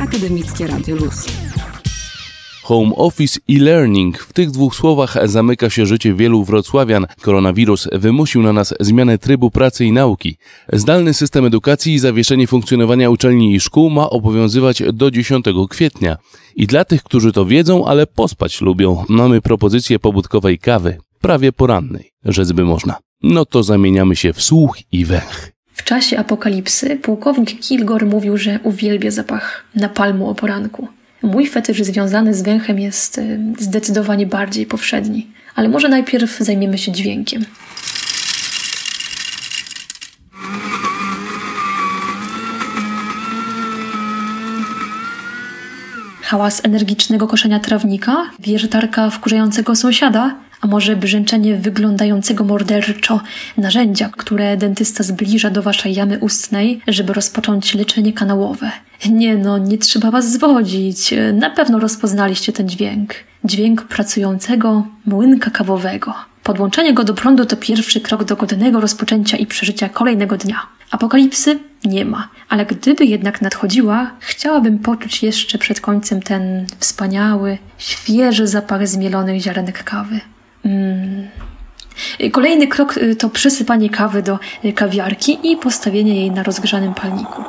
Akademickie Radio Luz. Home office i learning. W tych dwóch słowach zamyka się życie wielu wrocławian. Koronawirus wymusił na nas zmianę trybu pracy i nauki. Zdalny system edukacji i zawieszenie funkcjonowania uczelni i szkół ma obowiązywać do 10 kwietnia. I dla tych, którzy to wiedzą, ale pospać lubią, mamy propozycję pobudkowej kawy, prawie porannej, rzec by można. No to zamieniamy się w słuch i węch. W czasie apokalipsy pułkownik Kilgore mówił, że uwielbia zapach napalmu o poranku. Mój fetysz związany z węchem jest zdecydowanie bardziej powszedni. Ale może najpierw zajmiemy się dźwiękiem. Hałas energicznego koszenia trawnika, wiertarka wkurzającego sąsiada, a może brzęczenie wyglądającego morderczo narzędzia, które dentysta zbliża do waszej jamy ustnej, żeby rozpocząć leczenie kanałowe. Nie trzeba was zwodzić. Na pewno rozpoznaliście ten dźwięk. Dźwięk pracującego młynka kawowego. Podłączenie go do prądu to pierwszy krok do godnego rozpoczęcia i przeżycia kolejnego dnia. Apokalipsy nie ma, ale gdyby jednak nadchodziła, chciałabym poczuć jeszcze przed końcem ten wspaniały, świeży zapach zmielonych ziarenek kawy. Kolejny krok to przysypanie kawy do kawiarki i postawienie jej na rozgrzanym palniku.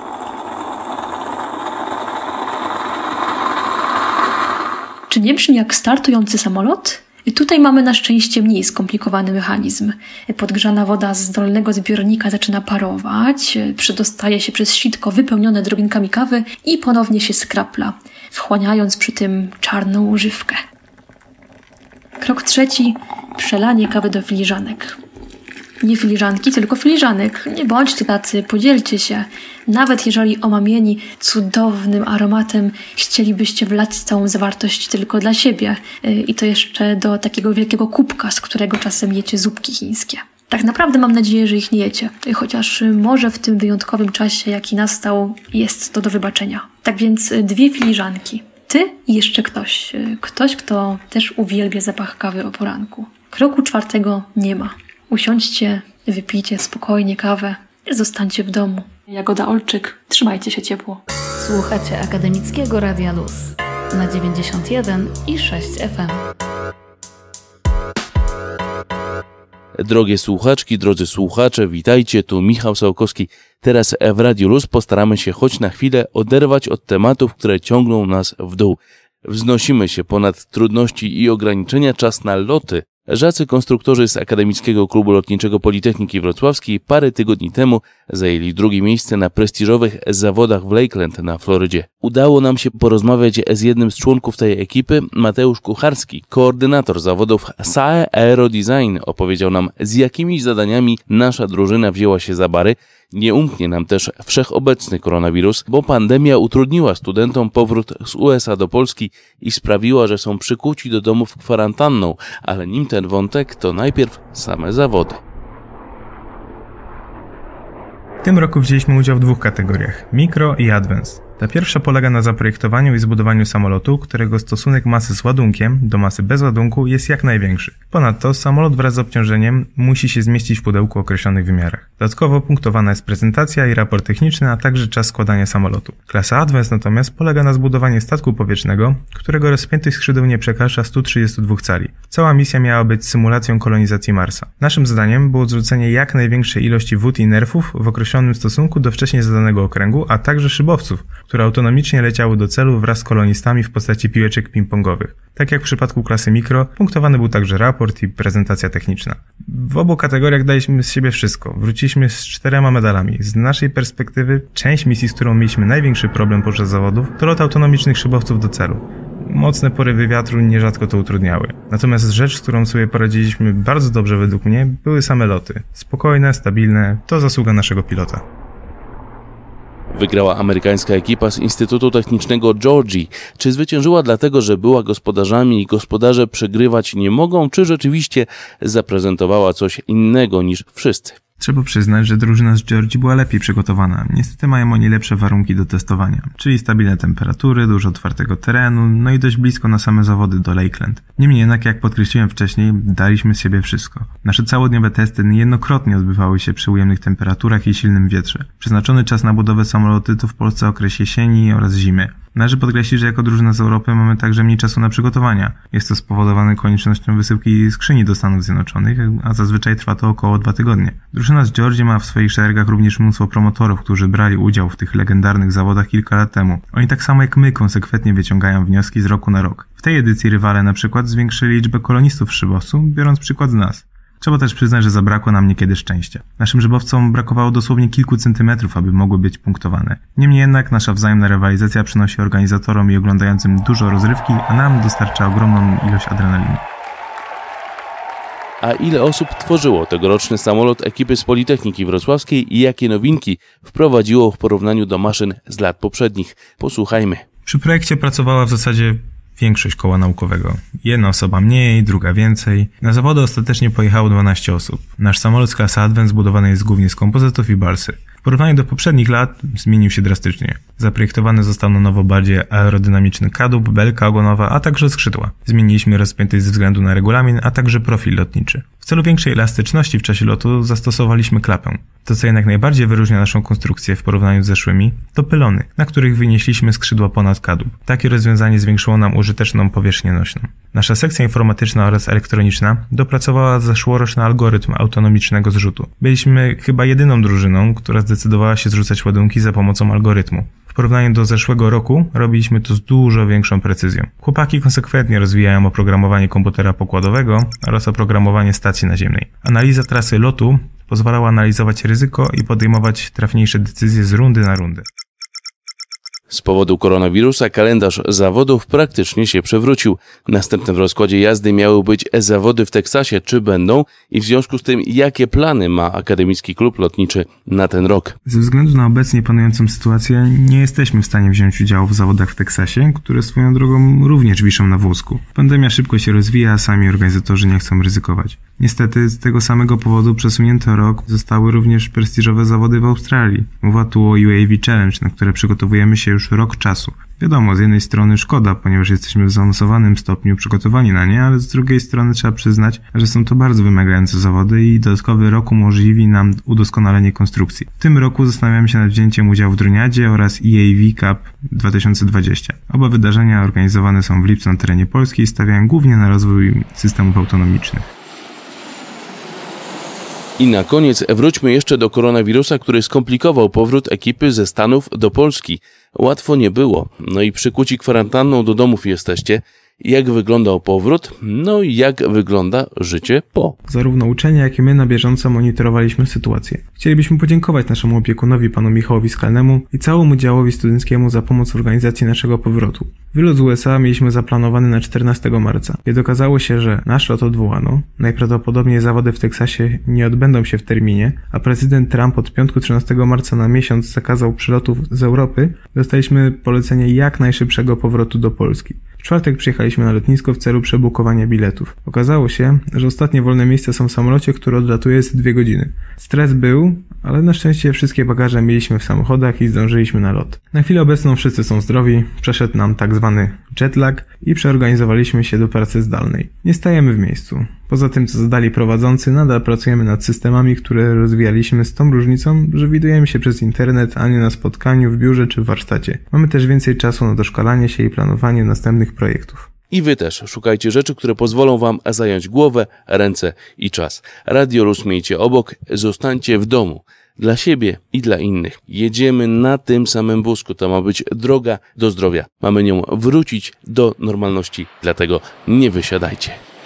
Czy nie brzmi jak startujący samolot? Tutaj mamy na szczęście mniej skomplikowany mechanizm. Podgrzana woda z dolnego zbiornika zaczyna parować, przedostaje się przez sitko wypełnione drobinkami kawy i ponownie się skrapla, wchłaniając przy tym czarną używkę. Krok trzeci. Przelanie kawy do filiżanek. Nie filiżanki, tylko filiżanek. Nie bądźcie tacy, podzielcie się. Nawet jeżeli omamieni cudownym aromatem chcielibyście wlać całą zawartość tylko dla siebie. I to jeszcze do takiego wielkiego kubka, z którego czasem jecie zupki chińskie. Tak naprawdę mam nadzieję, że ich nie jecie. Chociaż może w tym wyjątkowym czasie, jaki nastał, jest to do wybaczenia. Tak więc 2 filiżanki. Ty i jeszcze ktoś. Ktoś, kto też uwielbia zapach kawy o poranku. Kroku 4 nie ma. Usiądźcie, wypijcie spokojnie kawę i zostańcie w domu. Jagoda Olczyk, trzymajcie się ciepło. Słuchacie Akademickiego Radia Luz na 91,6 FM. Drogie słuchaczki, drodzy słuchacze, witajcie, tu Michał Sałkowski. Teraz w Radiu Luz postaramy się choć na chwilę oderwać od tematów, które ciągną nas w dół. Wznosimy się ponad trudności i ograniczenia, czas na loty. Żacy konstruktorzy z Akademickiego Klubu Lotniczego Politechniki Wrocławskiej parę tygodni temu zajęli 2. miejsce na prestiżowych zawodach w Lakeland na Florydzie. Udało nam się porozmawiać z jednym z członków tej ekipy, Mateusz Kucharski, koordynator zawodów SAE Aerodesign, opowiedział nam, z jakimi zadaniami nasza drużyna wzięła się za bary. Nie umknie nam też wszechobecny koronawirus, bo pandemia utrudniła studentom powrót z USA do Polski i sprawiła, że są przykuci do domów kwarantanną, ale nim ten wątek, to najpierw same zawody. W tym roku wzięliśmy udział w 2 kategoriach – Mikro i Advance. Ta pierwsza polega na zaprojektowaniu i zbudowaniu samolotu, którego stosunek masy z ładunkiem do masy bez ładunku jest jak największy. Ponadto samolot wraz z obciążeniem musi się zmieścić w pudełku o określonych wymiarach. Dodatkowo punktowana jest prezentacja i raport techniczny, a także czas składania samolotu. Klasa Advance natomiast polega na zbudowaniu statku powietrznego, którego rozpiętość skrzydeł nie przekracza 132 cali. Cała misja miała być symulacją kolonizacji Marsa. Naszym zadaniem było zrzucenie jak największej ilości wód i nerfów w określonym stosunku do wcześniej zadanego okręgu, a także szybowców, które autonomicznie leciały do celu wraz z kolonistami w postaci piłeczek ping-pongowych. Tak jak w przypadku klasy mikro, punktowany był także raport i prezentacja techniczna. W obu kategoriach daliśmy z siebie wszystko. Wróciliśmy z 4 medalami. Z naszej perspektywy część misji, z którą mieliśmy największy problem podczas zawodów, to lot autonomicznych szybowców do celu. Mocne porywy wiatru nierzadko to utrudniały. Natomiast rzecz, z którą sobie poradziliśmy bardzo dobrze według mnie, były same loty. Spokojne, stabilne, to zasługa naszego pilota. Wygrała amerykańska ekipa z Instytutu Technicznego Georgii. Czy zwyciężyła dlatego, że była gospodarzami i gospodarze przegrywać nie mogą, czy rzeczywiście zaprezentowała coś innego niż wszyscy? Trzeba przyznać, że drużyna z Georgii była lepiej przygotowana. Niestety mają oni lepsze warunki do testowania, czyli stabilne temperatury, dużo otwartego terenu, no i dość blisko na same zawody do Lakeland. Niemniej jednak, jak podkreśliłem wcześniej, daliśmy z siebie wszystko. Nasze całodniowe testy niejednokrotnie odbywały się przy ujemnych temperaturach i silnym wietrze. Przeznaczony czas na budowę samolotu to w Polsce okres jesieni oraz zimy. Należy podkreślić, że jako drużyna z Europy mamy także mniej czasu na przygotowania. Jest to spowodowane koniecznością wysyłki skrzyni do Stanów Zjednoczonych, a zazwyczaj trwa to około 2 tygodnie. Drużyna z Georgii ma w swoich szeregach również mnóstwo promotorów, którzy brali udział w tych legendarnych zawodach kilka lat temu. Oni tak samo jak my konsekwentnie wyciągają wnioski z roku na rok. W tej edycji rywale na przykład zwiększyli liczbę kolonistów w szybowcu, biorąc przykład z nas. Trzeba też przyznać, że zabrakło nam niekiedy szczęścia. Naszym szybowcom brakowało dosłownie kilku centymetrów, aby mogły być punktowane. Niemniej jednak nasza wzajemna rywalizacja przynosi organizatorom i oglądającym dużo rozrywki, a nam dostarcza ogromną ilość adrenaliny. A ile osób tworzyło tegoroczny samolot ekipy z Politechniki Wrocławskiej i jakie nowinki wprowadziło w porównaniu do maszyn z lat poprzednich? Posłuchajmy. Przy projekcie pracowała w zasadzie większość koła naukowego. Jedna osoba mniej, druga więcej. Na zawody ostatecznie pojechało 12 osób. Nasz samolot z klasy Advent zbudowany jest głównie z kompozytów i balsy. W porównaniu do poprzednich lat zmienił się drastycznie. Zaprojektowany został na nowo bardziej aerodynamiczny kadłub, belka ogonowa, a także skrzydła. Zmieniliśmy rozpiętość ze względu na regulamin, a także profil lotniczy. W celu większej elastyczności w czasie lotu zastosowaliśmy klapę. To, co jednak najbardziej wyróżnia naszą konstrukcję w porównaniu z zeszłymi, to pylony, na których wynieśliśmy skrzydła ponad kadłub. Takie rozwiązanie zwiększyło nam użyteczną powierzchnię nośną. Nasza sekcja informatyczna oraz elektroniczna dopracowała zeszłoroczny algorytm autonomicznego zrzutu. Byliśmy chyba jedyną drużyną, która zdecydowała się zrzucać ładunki za pomocą algorytmu. W porównaniu do zeszłego roku robiliśmy to z dużo większą precyzją. Chłopaki konsekwentnie rozwijają oprogramowanie komputera pokładowego oraz oprogramowanie stacji naziemnej. Analiza trasy lotu pozwalała analizować ryzyko i podejmować trafniejsze decyzje z rundy na rundę. Z powodu koronawirusa kalendarz zawodów praktycznie się przewrócił. Następne w rozkładzie jazdy miały być zawody w Teksasie. Czy będą? I w związku z tym, jakie plany ma Akademicki Klub Lotniczy na ten rok? Ze względu na obecnie panującą sytuację nie jesteśmy w stanie wziąć udziału w zawodach w Teksasie, które swoją drogą również wiszą na włosku. Pandemia szybko się rozwija, a sami organizatorzy nie chcą ryzykować. Niestety z tego samego powodu przesunięty o rok zostały również prestiżowe zawody w Australii. Mowa tu o UAV Challenge, na które przygotowujemy się już rok czasu. Wiadomo, z jednej strony szkoda, ponieważ jesteśmy w zaawansowanym stopniu przygotowani na nie, ale z drugiej strony trzeba przyznać, że są to bardzo wymagające zawody i dodatkowy rok umożliwi nam udoskonalenie konstrukcji. W tym roku zastanawiamy się nad wzięciem udziału w Droniadzie oraz EAV Cup 2020. Oba wydarzenia organizowane są w lipcu na terenie Polski i stawiają głównie na rozwój systemów autonomicznych. I na koniec wróćmy jeszcze do koronawirusa, który skomplikował powrót ekipy ze Stanów do Polski. Łatwo nie było. No i przykuci kwarantanną do domów jesteście. Jak wyglądał powrót? No i jak wygląda życie po? Zarówno uczelnie, jak i my na bieżąco monitorowaliśmy sytuację. Chcielibyśmy podziękować naszemu opiekunowi, panu Michałowi Skalnemu i całemu działowi studenckiemu za pomoc w organizacji naszego powrotu. Wylot z USA mieliśmy zaplanowany na 14 marca, kiedy okazało się, że nasz lot odwołano. Najprawdopodobniej zawody w Teksasie nie odbędą się w terminie, a prezydent Trump od piątku 13 marca na miesiąc zakazał przylotów z Europy. Dostaliśmy polecenie jak najszybszego powrotu do Polski. W czwartek przyjechaliśmy na lotnisko w celu przebukowania biletów. Okazało się, że ostatnie wolne miejsca są w samolocie, który odlatuje za 2 godziny. Stres był, ale na szczęście wszystkie bagaże mieliśmy w samochodach i zdążyliśmy na lot. Na chwilę obecną wszyscy są zdrowi, przeszedł nam tak zwany jetlag i przeorganizowaliśmy się do pracy zdalnej. Nie stajemy w miejscu. Poza tym, co zadali prowadzący, nadal pracujemy nad systemami, które rozwijaliśmy z tą różnicą, że widujemy się przez internet, a nie na spotkaniu w biurze czy w warsztacie. Mamy też więcej czasu na doszkalanie się i planowanie następnych projektów. I wy też szukajcie rzeczy, które pozwolą wam zająć głowę, ręce i czas. Radio Luz miejcie obok, zostańcie w domu. Dla siebie i dla innych. Jedziemy na tym samym wózku. To ma być droga do zdrowia. Mamy nią wrócić do normalności. Dlatego nie wysiadajcie.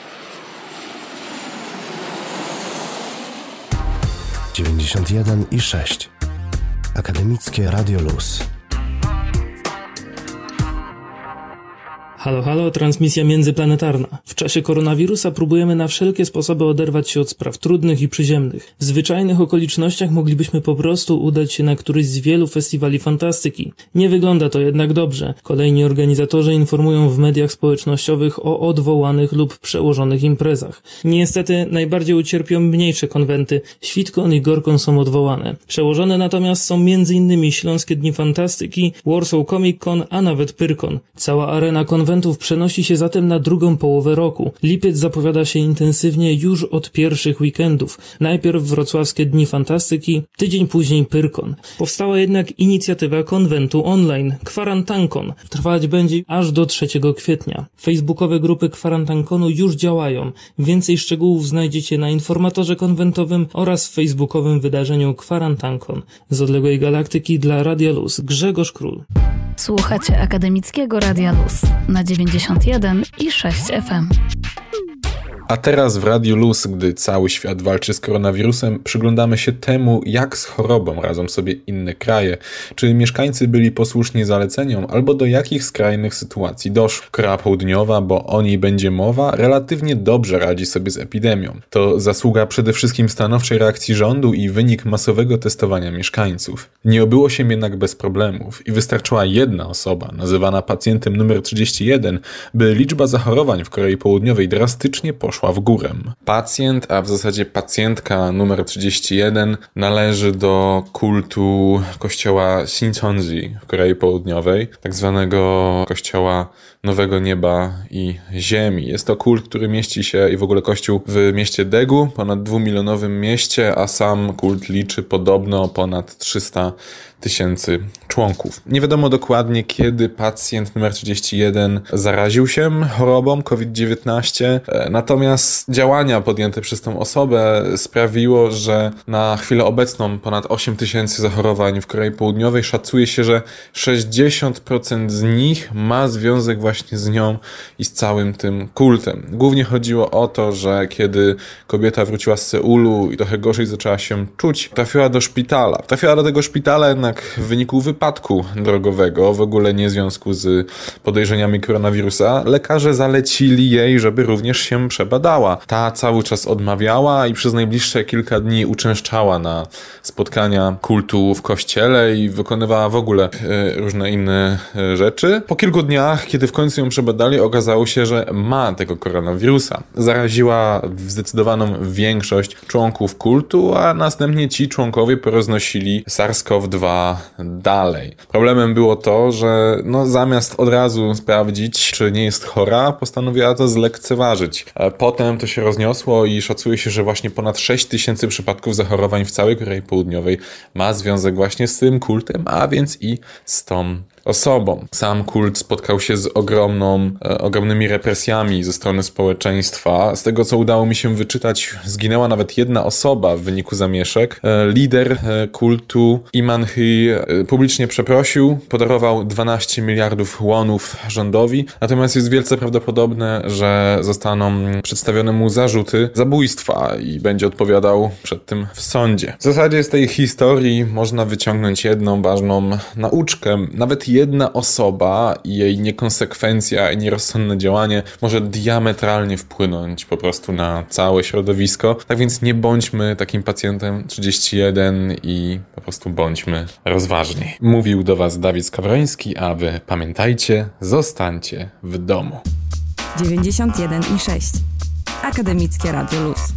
91,6 Akademickie Radio Luz. Halo, halo, transmisja międzyplanetarna. W czasie koronawirusa próbujemy na wszelkie sposoby oderwać się od spraw trudnych i przyziemnych. W zwyczajnych okolicznościach moglibyśmy po prostu udać się na któryś z wielu festiwali fantastyki. Nie wygląda to jednak dobrze. Kolejni organizatorzy informują w mediach społecznościowych o odwołanych lub przełożonych imprezach. Niestety najbardziej ucierpią mniejsze konwenty. Świtkon i Gorkon są odwołane. Przełożone natomiast są m.in. Śląskie Dni Fantastyki, Warsaw Comic Con, a nawet Pyrkon. Cała arena konwentów przenosi się zatem na drugą połowę roku. Lipiec zapowiada się intensywnie już od pierwszych weekendów. Najpierw wrocławskie Dni Fantastyki, tydzień później Pyrkon. Powstała jednak inicjatywa konwentu online, Kwarantankon. Trwać będzie aż do 3 kwietnia. Facebookowe grupy Kwarantankonu już działają. Więcej szczegółów znajdziecie na informatorze konwentowym oraz w facebookowym wydarzeniu Kwarantankon. Z odległej galaktyki dla Radia Luz, Grzegorz Król. Słuchacie Akademickiego Radia Luz na 91,6 FM. A teraz w Radiu Luz, gdy cały świat walczy z koronawirusem, przyglądamy się temu, jak z chorobą radzą sobie inne kraje. Czy mieszkańcy byli posłuszni zaleceniom, albo do jakich skrajnych sytuacji doszło. Korea Południowa, bo o niej będzie mowa, relatywnie dobrze radzi sobie z epidemią. To zasługa przede wszystkim stanowczej reakcji rządu i wynik masowego testowania mieszkańców. Nie obyło się jednak bez problemów i wystarczyła jedna osoba, nazywana pacjentem numer 31, by liczba zachorowań w Korei Południowej drastycznie poszła w górę. Pacjent, a w zasadzie pacjentka numer 31 należy do kultu kościoła Shincheonji w Korei Południowej, tak zwanego kościoła Nowego Nieba i Ziemi. Jest to kult, który mieści się i w ogóle kościół w mieście Daegu, ponad 2-milionowym mieście, a sam kult liczy podobno ponad 300 tysięcy członków. Nie wiadomo dokładnie, kiedy pacjent numer 31 zaraził się chorobą COVID-19, natomiast działania podjęte przez tą osobę sprawiło, że na chwilę obecną ponad 8 tysięcy zachorowań w Korei Południowej szacuje się, że 60% z nich ma związek właśnie z nią i z całym tym kultem. Głównie chodziło o to, że kiedy kobieta wróciła z Seulu i trochę gorzej zaczęła się czuć, trafiła do szpitala. Trafiła do tego szpitala jednak w wyniku wypadku drogowego, w ogóle nie w związku z podejrzeniami koronawirusa. Lekarze zalecili jej, żeby również się przebadała. Ta cały czas odmawiała i przez najbliższe kilka dni uczęszczała na spotkania kultu w kościele i wykonywała w ogóle różne inne rzeczy. Po kilku dniach, kiedy w końcu ją przebadali, okazało się, że ma tego koronawirusa. Zaraziła zdecydowaną większość członków kultu, a następnie ci członkowie poroznosili SARS-CoV-2 dalej. Problemem było to, że zamiast od razu sprawdzić, czy nie jest chora, postanowiła to zlekceważyć. Potem to się rozniosło i szacuje się, że właśnie ponad 6 tysięcy przypadków zachorowań w całej Korei Południowej ma związek właśnie z tym kultem, a więc i z tą osobą. Sam kult spotkał się z ogromnymi represjami ze strony społeczeństwa. Z tego, co udało mi się wyczytać, zginęła nawet jedna osoba w wyniku zamieszek. Lider kultu Iman-hee publicznie przeprosił, podarował 12 miliardów wonów rządowi, natomiast jest wielce prawdopodobne, że zostaną przedstawione mu zarzuty zabójstwa i będzie odpowiadał przed tym w sądzie. W zasadzie z tej historii można wyciągnąć jedną ważną nauczkę. Nawet jedna osoba i jej niekonsekwencja i nierozsądne działanie może diametralnie wpłynąć po prostu na całe środowisko. Tak więc nie bądźmy takim pacjentem 31 i po prostu bądźmy rozważni. Mówił do Was Dawid Skowroński, a Wy pamiętajcie, zostańcie w domu. 91,6 Akademickie Radio Luz.